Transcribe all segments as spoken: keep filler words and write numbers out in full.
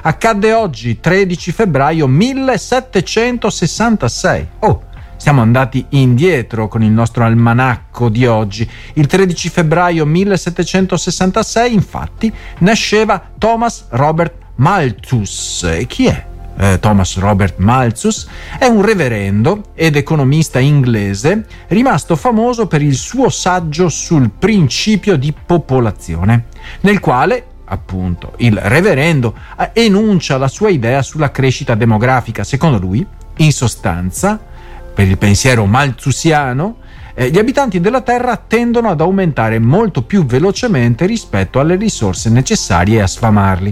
Accadde oggi, tredici febbraio millesettecentosessantasei. Oh, siamo andati indietro con il nostro almanacco di oggi. Il tredici febbraio millesettecentosessantasei, infatti, nasceva Thomas Robert Malthus. E chi è? Eh, Thomas Robert Malthus è un reverendo ed economista inglese rimasto famoso per il suo saggio sul principio di popolazione, nel quale appunto il reverendo enuncia la sua idea sulla crescita demografica. Secondo lui, in sostanza, per il pensiero malthusiano, eh, gli abitanti della Terra tendono ad aumentare molto più velocemente rispetto alle risorse necessarie a sfamarli.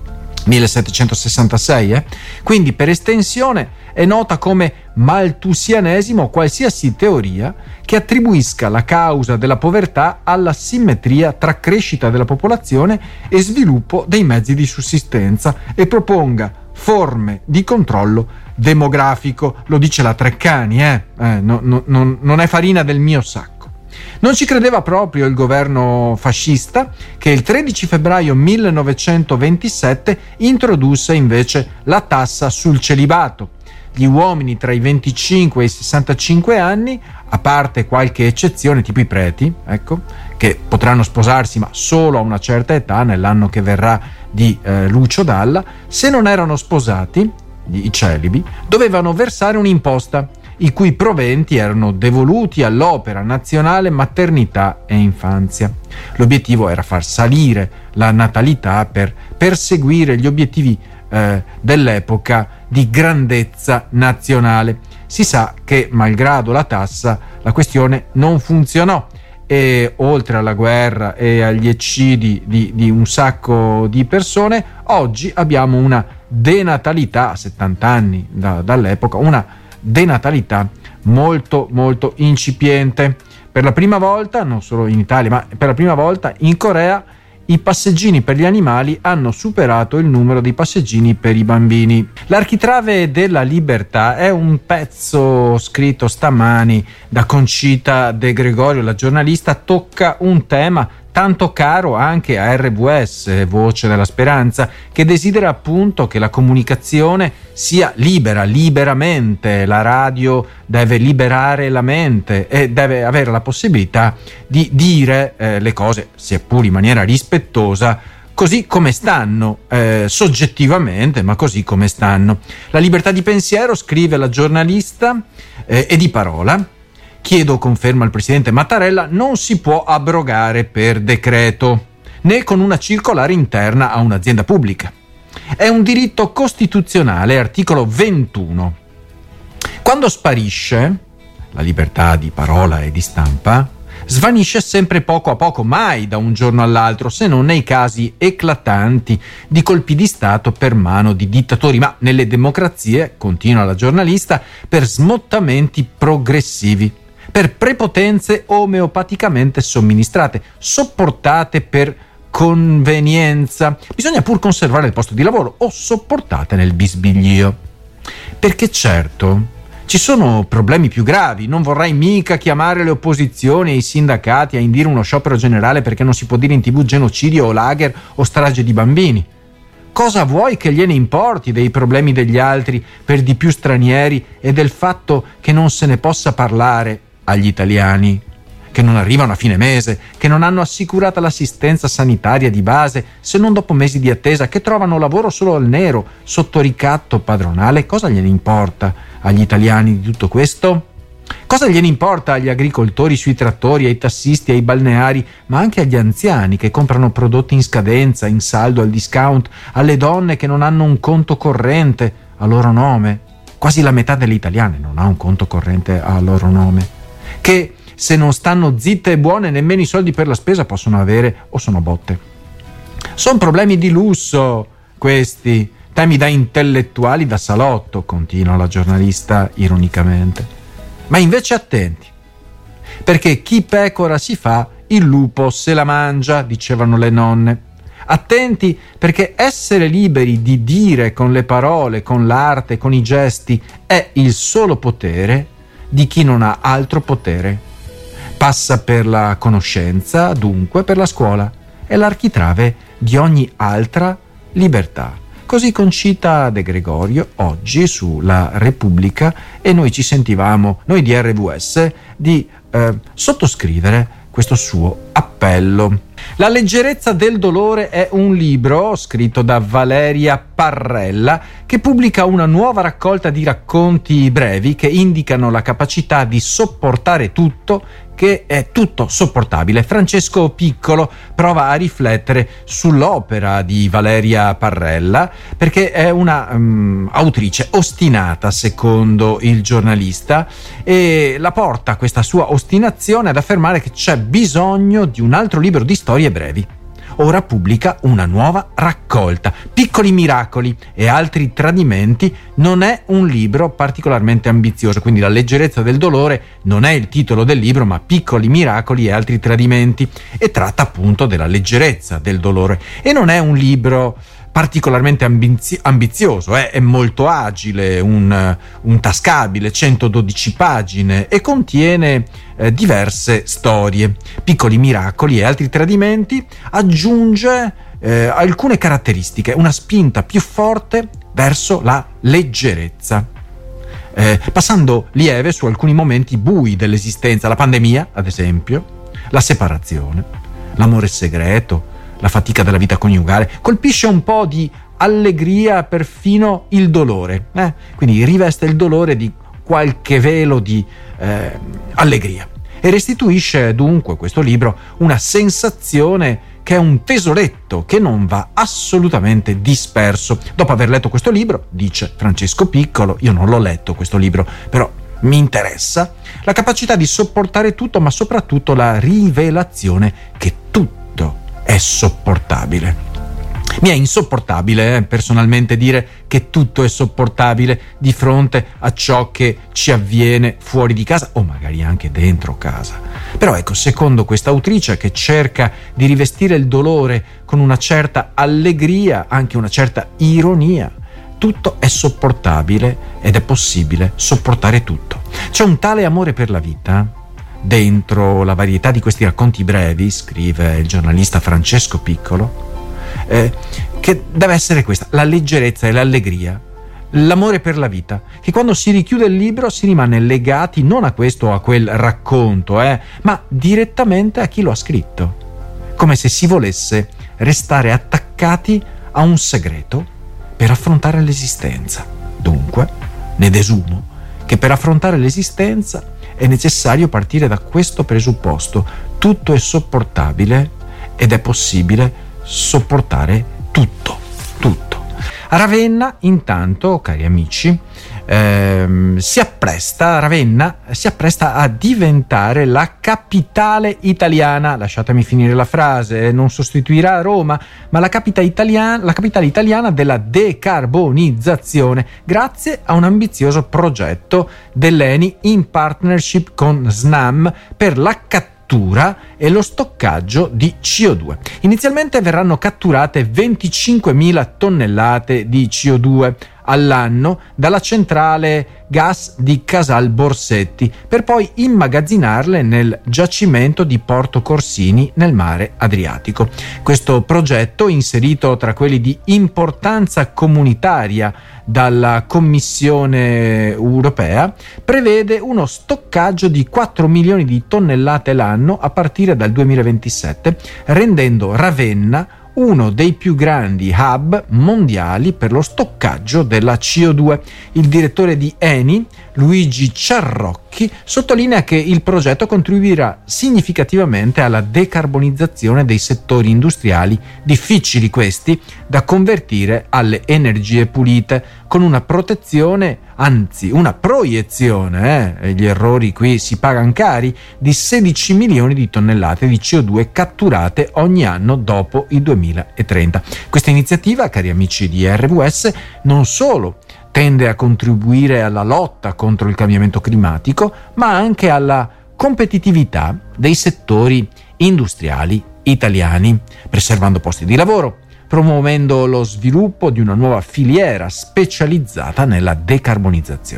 millesettecentosessantasei, eh? Quindi per estensione è nota come malthusianesimo qualsiasi teoria che attribuisca la causa della povertà alla simmetria tra crescita della popolazione e sviluppo dei mezzi di sussistenza e proponga forme di controllo demografico. Lo dice la Treccani, eh? eh no, no, no, non è farina del mio sacco. Non ci credeva proprio il governo fascista, che il tredici febbraio millenovecentoventisette introdusse invece la tassa sul celibato. Gli uomini tra i venticinque e i sessantacinque anni, a parte qualche eccezione tipo i preti, ecco, che potranno sposarsi ma solo a una certa età nell'anno che verrà di eh, Lucio Dalla, se non erano sposati, i celibi, dovevano versare un'imposta, i cui proventi erano devoluti all'Opera Nazionale Maternità e Infanzia. L'obiettivo era far salire la natalità per perseguire gli obiettivi eh, dell'epoca di grandezza nazionale. Si sa che, malgrado la tassa, la questione non funzionò e oltre alla guerra e agli eccidi di, di un sacco di persone, oggi abbiamo una denatalità a settanta anni da, dall'epoca, una denatalità molto molto incipiente. Per la prima volta, non solo in Italia, ma per la prima volta in Corea, i passeggini per gli animali hanno superato il numero dei passeggini per i bambini. L'architrave della libertà è un pezzo scritto stamani da Concita De Gregorio, la giornalista. Tocca un tema tanto caro anche a R V S, Voce della Speranza, che desidera appunto che la comunicazione sia libera, liberamente. La radio deve liberare la mente e deve avere la possibilità di dire eh, le cose, seppur in maniera rispettosa, così come stanno, eh, soggettivamente, ma così come stanno. La libertà di pensiero, scrive la giornalista, eh, e di parola, chiedo conferma al presidente Mattarella, non si può abrogare per decreto, né con una circolare interna a un'azienda pubblica. È un diritto costituzionale, articolo ventuno. Quando sparisce la libertà di parola e di stampa, svanisce sempre poco a poco, mai da un giorno all'altro, se non nei casi eclatanti di colpi di Stato per mano di dittatori, ma nelle democrazie, continua la giornalista, per smottamenti progressivi, per prepotenze omeopaticamente somministrate, sopportate per convenienza. Bisogna pur conservare il posto di lavoro o sopportate nel bisbiglio. Perché certo, ci sono problemi più gravi. Non vorrai mica chiamare le opposizioni e i sindacati a indire uno sciopero generale perché non si può dire in tv genocidio o lager o strage di bambini. Cosa vuoi che gliene importi dei problemi degli altri, per di più stranieri, e del fatto che non se ne possa parlare agli italiani, che non arrivano a fine mese, che non hanno assicurata l'assistenza sanitaria di base, se non dopo mesi di attesa, che trovano lavoro solo al nero, sotto ricatto padronale? Cosa gliene importa agli italiani di tutto questo? Cosa gliene importa agli agricoltori sui trattori, ai tassisti, ai balneari, ma anche agli anziani che comprano prodotti in scadenza, in saldo, al discount, alle donne che non hanno un conto corrente a loro nome? Quasi la metà delle italiane non ha un conto corrente a loro nome, che se non stanno zitte e buone nemmeno i soldi per la spesa possono avere o sono botte. Sono problemi di lusso questi, temi da intellettuali da salotto, continua la giornalista ironicamente. Ma invece attenti, perché chi pecora si fa, il lupo se la mangia, dicevano le nonne. Attenti, perché essere liberi di dire con le parole, con l'arte, con i gesti, è il solo potere di chi non ha altro potere. Passa per la conoscenza, dunque per la scuola, è l'architrave di ogni altra libertà. Così Concita De Gregorio oggi sulla Repubblica, e noi ci sentivamo, noi di R V S, di eh, sottoscrivere questo suo appello. La leggerezza del dolore è un libro scritto da Valeria Parrella, che pubblica una nuova raccolta di racconti brevi che indicano la capacità di sopportare tutto, che è tutto sopportabile. Francesco Piccolo prova a riflettere sull'opera di Valeria Parrella, perché è una um, autrice ostinata, secondo il giornalista, e la porta questa sua ostinazione ad affermare che c'è bisogno di un altro libro di storie brevi. Ora pubblica una nuova raccolta, Piccoli miracoli e altri tradimenti. Non è un libro particolarmente ambizioso, quindi La leggerezza del dolore non è il titolo del libro, ma Piccoli miracoli e altri tradimenti, e tratta appunto della leggerezza del dolore. E non è un libro particolarmente ambizi- ambizioso, eh? È molto agile, un, un tascabile, centododici pagine, e contiene eh, diverse storie. Piccoli miracoli e altri tradimenti aggiunge eh, alcune caratteristiche, una spinta più forte verso la leggerezza, eh, passando lieve su alcuni momenti bui dell'esistenza, la pandemia ad esempio, la separazione, l'amore segreto, la fatica della vita coniugale. Colpisce un po' di allegria perfino il dolore, eh? Quindi riveste il dolore di qualche velo di eh, allegria, e restituisce dunque questo libro una sensazione che è un tesoretto che non va assolutamente disperso. Dopo aver letto questo libro, dice Francesco Piccolo, io non l'ho letto questo libro, però mi interessa, la capacità di sopportare tutto, ma soprattutto la rivelazione che tutto è sopportabile. Mi è insopportabile eh, personalmente dire che tutto è sopportabile di fronte a ciò che ci avviene fuori di casa, o magari anche dentro casa. Però ecco, secondo questa autrice, che cerca di rivestire il dolore con una certa allegria, anche una certa ironia, tutto è sopportabile ed è possibile sopportare tutto. C'è un tale amore per la vita dentro la varietà di questi racconti brevi, scrive il giornalista Francesco Piccolo, eh, che deve essere questa, la leggerezza e l'allegria, l'amore per la vita, che quando si richiude il libro si rimane legati non a questo o a quel racconto, eh, ma direttamente a chi lo ha scritto, come se si volesse restare attaccati a un segreto per affrontare l'esistenza. Dunque, ne desumo che per affrontare l'esistenza è necessario partire da questo presupposto: tutto è sopportabile ed è possibile sopportare tutto, tutto. A Ravenna, intanto, cari amici, ehm, si appresta, Ravenna si appresta a diventare la capitale italiana, lasciatemi finire la frase, non sostituirà Roma, ma la capitale italiana, la capitale italiana della decarbonizzazione, grazie a un ambizioso progetto dell'Eni in partnership con Snam per la cattura e lo stoccaggio di C O due. Inizialmente verranno catturate venticinquemila tonnellate di C O due all'anno dalla centrale gas di Casal Borsetti, per poi immagazzinarle nel giacimento di Porto Corsini nel mare Adriatico. Questo progetto, inserito tra quelli di importanza comunitaria dalla Commissione europea, prevede uno stoccaggio di quattro milioni di tonnellate l'anno a partire dal duemilaventisette, rendendo Ravenna uno dei più grandi hub mondiali per lo stoccaggio della C O due. Il direttore di Eni, Luigi Ciarrocchi, sottolinea che il progetto contribuirà significativamente alla decarbonizzazione dei settori industriali difficili, questi da convertire alle energie pulite, con una protezione, anzi una proiezione, eh, gli errori qui si pagano cari, di sedici milioni di tonnellate di C O due catturate ogni anno dopo il duemilatrenta. Questa iniziativa, cari amici di R V S, non solo tende a contribuire alla lotta contro il cambiamento climatico, ma anche alla competitività dei settori industriali italiani, preservando posti di lavoro, promuovendo lo sviluppo di una nuova filiera specializzata nella decarbonizzazione.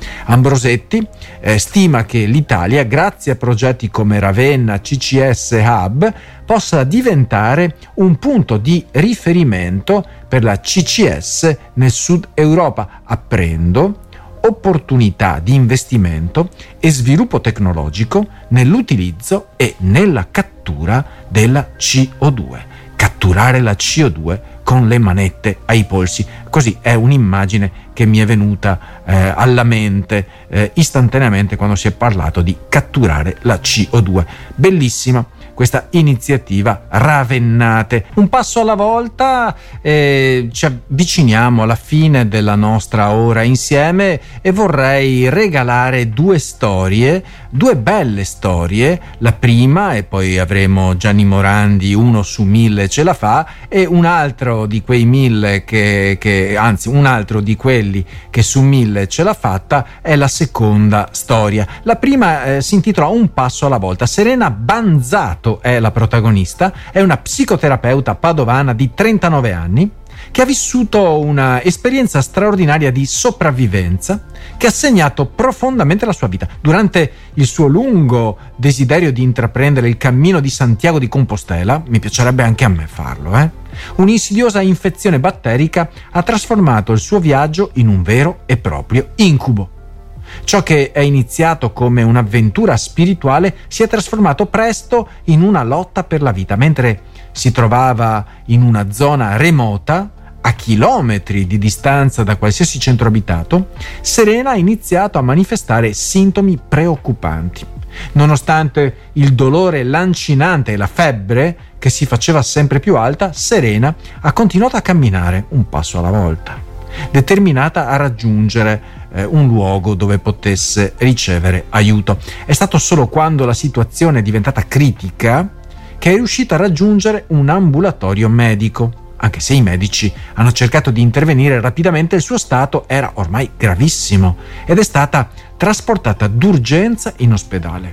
Ambrosetti eh, stima che l'Italia, grazie a progetti come Ravenna C C S Hub, possa diventare un punto di riferimento per la C C S nel Sud Europa, aprendo opportunità di investimento e sviluppo tecnologico nell'utilizzo e nella cattura della C O due. Catturare la C O due con le manette ai polsi. Così è un'immagine che mi è venuta eh, alla mente eh, istantaneamente quando si è parlato di catturare la C O due. Bellissima questa iniziativa Ravennate. Un passo alla volta, eh, ci avviciniamo alla fine della nostra ora insieme e vorrei regalare due storie, due belle storie. La prima, e poi avremo Gianni Morandi, uno su mille ce la fa, e un altro di quei mille che, che anzi un altro di quelli che su mille ce l'ha fatta è la seconda storia. La prima eh, si intitola Un passo alla volta. Serena Banzato è la protagonista, è una psicoterapeuta padovana di trentanove anni che ha vissuto una esperienza straordinaria di sopravvivenza che ha segnato profondamente la sua vita. Durante il suo lungo desiderio di intraprendere il cammino di Santiago di Compostela, mi piacerebbe anche a me farlo, eh? un'insidiosa infezione batterica ha trasformato il suo viaggio in un vero e proprio incubo. Ciò che è iniziato come un'avventura spirituale si è trasformato presto in una lotta per la vita. Mentre si trovava in una zona remota, a chilometri di distanza da qualsiasi centro abitato, Serena ha iniziato a manifestare sintomi preoccupanti. Nonostante il dolore lancinante e la febbre che si faceva sempre più alta, Serena ha continuato a camminare un passo alla volta, determinata a raggiungere eh, un luogo dove potesse ricevere aiuto. È stato solo quando la situazione è diventata critica che è riuscita a raggiungere un ambulatorio medico. Anche se i medici hanno cercato di intervenire rapidamente, il suo stato era ormai gravissimo ed è stata trasportata d'urgenza in ospedale.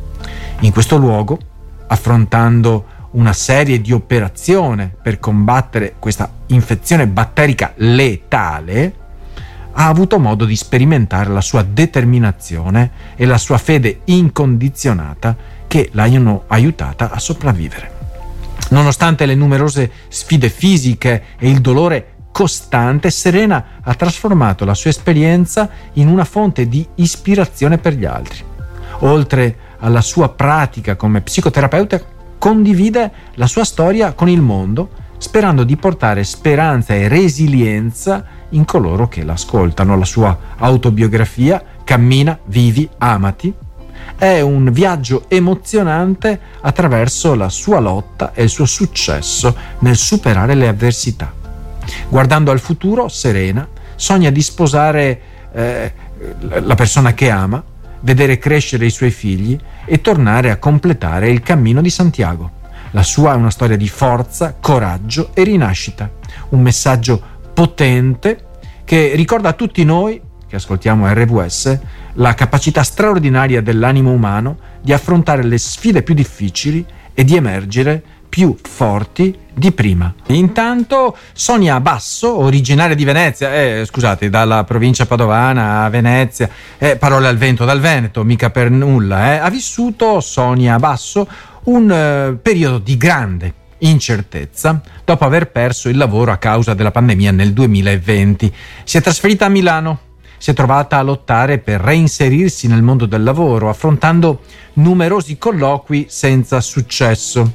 In questo luogo, affrontando una serie di operazioni per combattere questa infezione batterica letale, ha avuto modo di sperimentare la sua determinazione e la sua fede incondizionata che l'hanno aiutata a sopravvivere. Nonostante le numerose sfide fisiche e il dolore costante, Serena ha trasformato la sua esperienza in una fonte di ispirazione per gli altri. Oltre alla sua pratica come psicoterapeuta, condivide la sua storia con il mondo, sperando di portare speranza e resilienza in coloro che l'ascoltano. La sua autobiografia, Cammina, vivi, amati, è un viaggio emozionante attraverso la sua lotta e il suo successo nel superare le avversità. Guardando al futuro, Serena sogna di sposare eh, la persona che ama, vedere crescere i suoi figli e tornare a completare il cammino di Santiago. La sua è una storia di forza, coraggio e rinascita, un messaggio potente che ricorda a tutti noi che ascoltiamo R V S la capacità straordinaria dell'animo umano di affrontare le sfide più difficili e di emergere più forti di prima. Intanto Sonia Basso, originaria di Venezia, eh, scusate, dalla provincia padovana a Venezia, eh, parole al vento dal Veneto, mica per nulla, eh, ha vissuto Sonia Basso un eh, periodo di grande incertezza dopo aver perso il lavoro a causa della pandemia nel duemilaventi. Si è trasferita a Milano, si è trovata a lottare per reinserirsi nel mondo del lavoro, affrontando numerosi colloqui senza successo.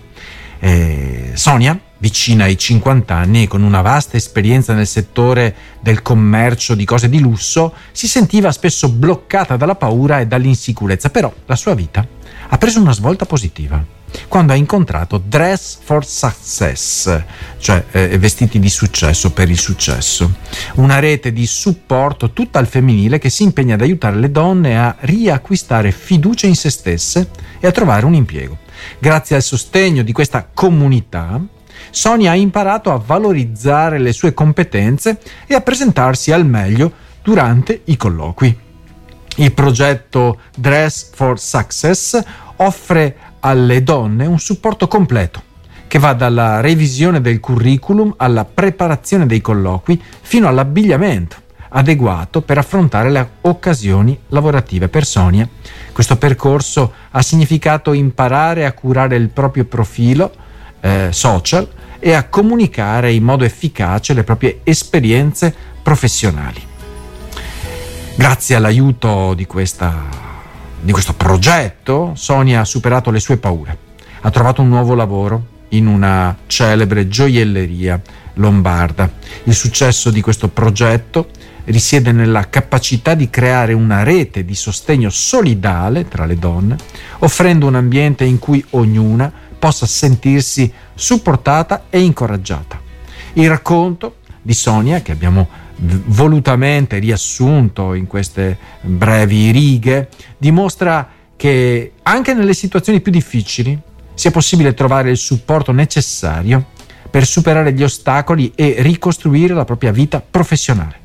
Eh, Sonia, vicina ai cinquanta anni e con una vasta esperienza nel settore del commercio di cose di lusso, si sentiva spesso bloccata dalla paura e dall'insicurezza, però la sua vita ha preso una svolta positiva quando ha incontrato Dress for Success, cioè eh, vestiti di successo per il successo, una rete di supporto tutta al femminile che si impegna ad aiutare le donne a riacquistare fiducia in se stesse e a trovare un impiego. Grazie al sostegno di questa comunità, Sonia ha imparato a valorizzare le sue competenze e a presentarsi al meglio durante i colloqui. Il progetto Dress for Success offre alle donne un supporto completo che va dalla revisione del curriculum alla preparazione dei colloqui fino all'abbigliamento, adeguato per affrontare le occasioni lavorative. Per Sonia questo percorso ha significato imparare a curare il proprio profilo eh, social e a comunicare in modo efficace le proprie esperienze professionali. Grazie all'aiuto di, questa, di questo progetto, Sonia ha superato le sue paure. Ha trovato un nuovo lavoro in una celebre gioielleria lombarda. Il successo di questo progetto risiede nella capacità di creare una rete di sostegno solidale tra le donne, offrendo un ambiente in cui ognuna possa sentirsi supportata e incoraggiata. Il racconto di Sonia, che abbiamo volutamente riassunto in queste brevi righe, dimostra che anche nelle situazioni più difficili sia possibile trovare il supporto necessario per superare gli ostacoli e ricostruire la propria vita professionale.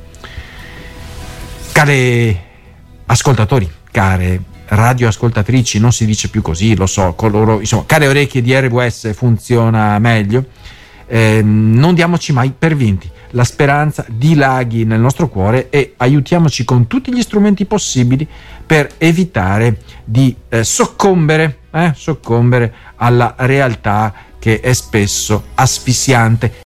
Care ascoltatori, care radioascoltatrici, non si dice più così, lo so, coloro, insomma, care orecchie di R W S funziona meglio, eh, non diamoci mai per vinti. La speranza dilaghi nel nostro cuore e aiutiamoci con tutti gli strumenti possibili per evitare di eh, soccombere, eh, soccombere alla realtà che è spesso asfissiante.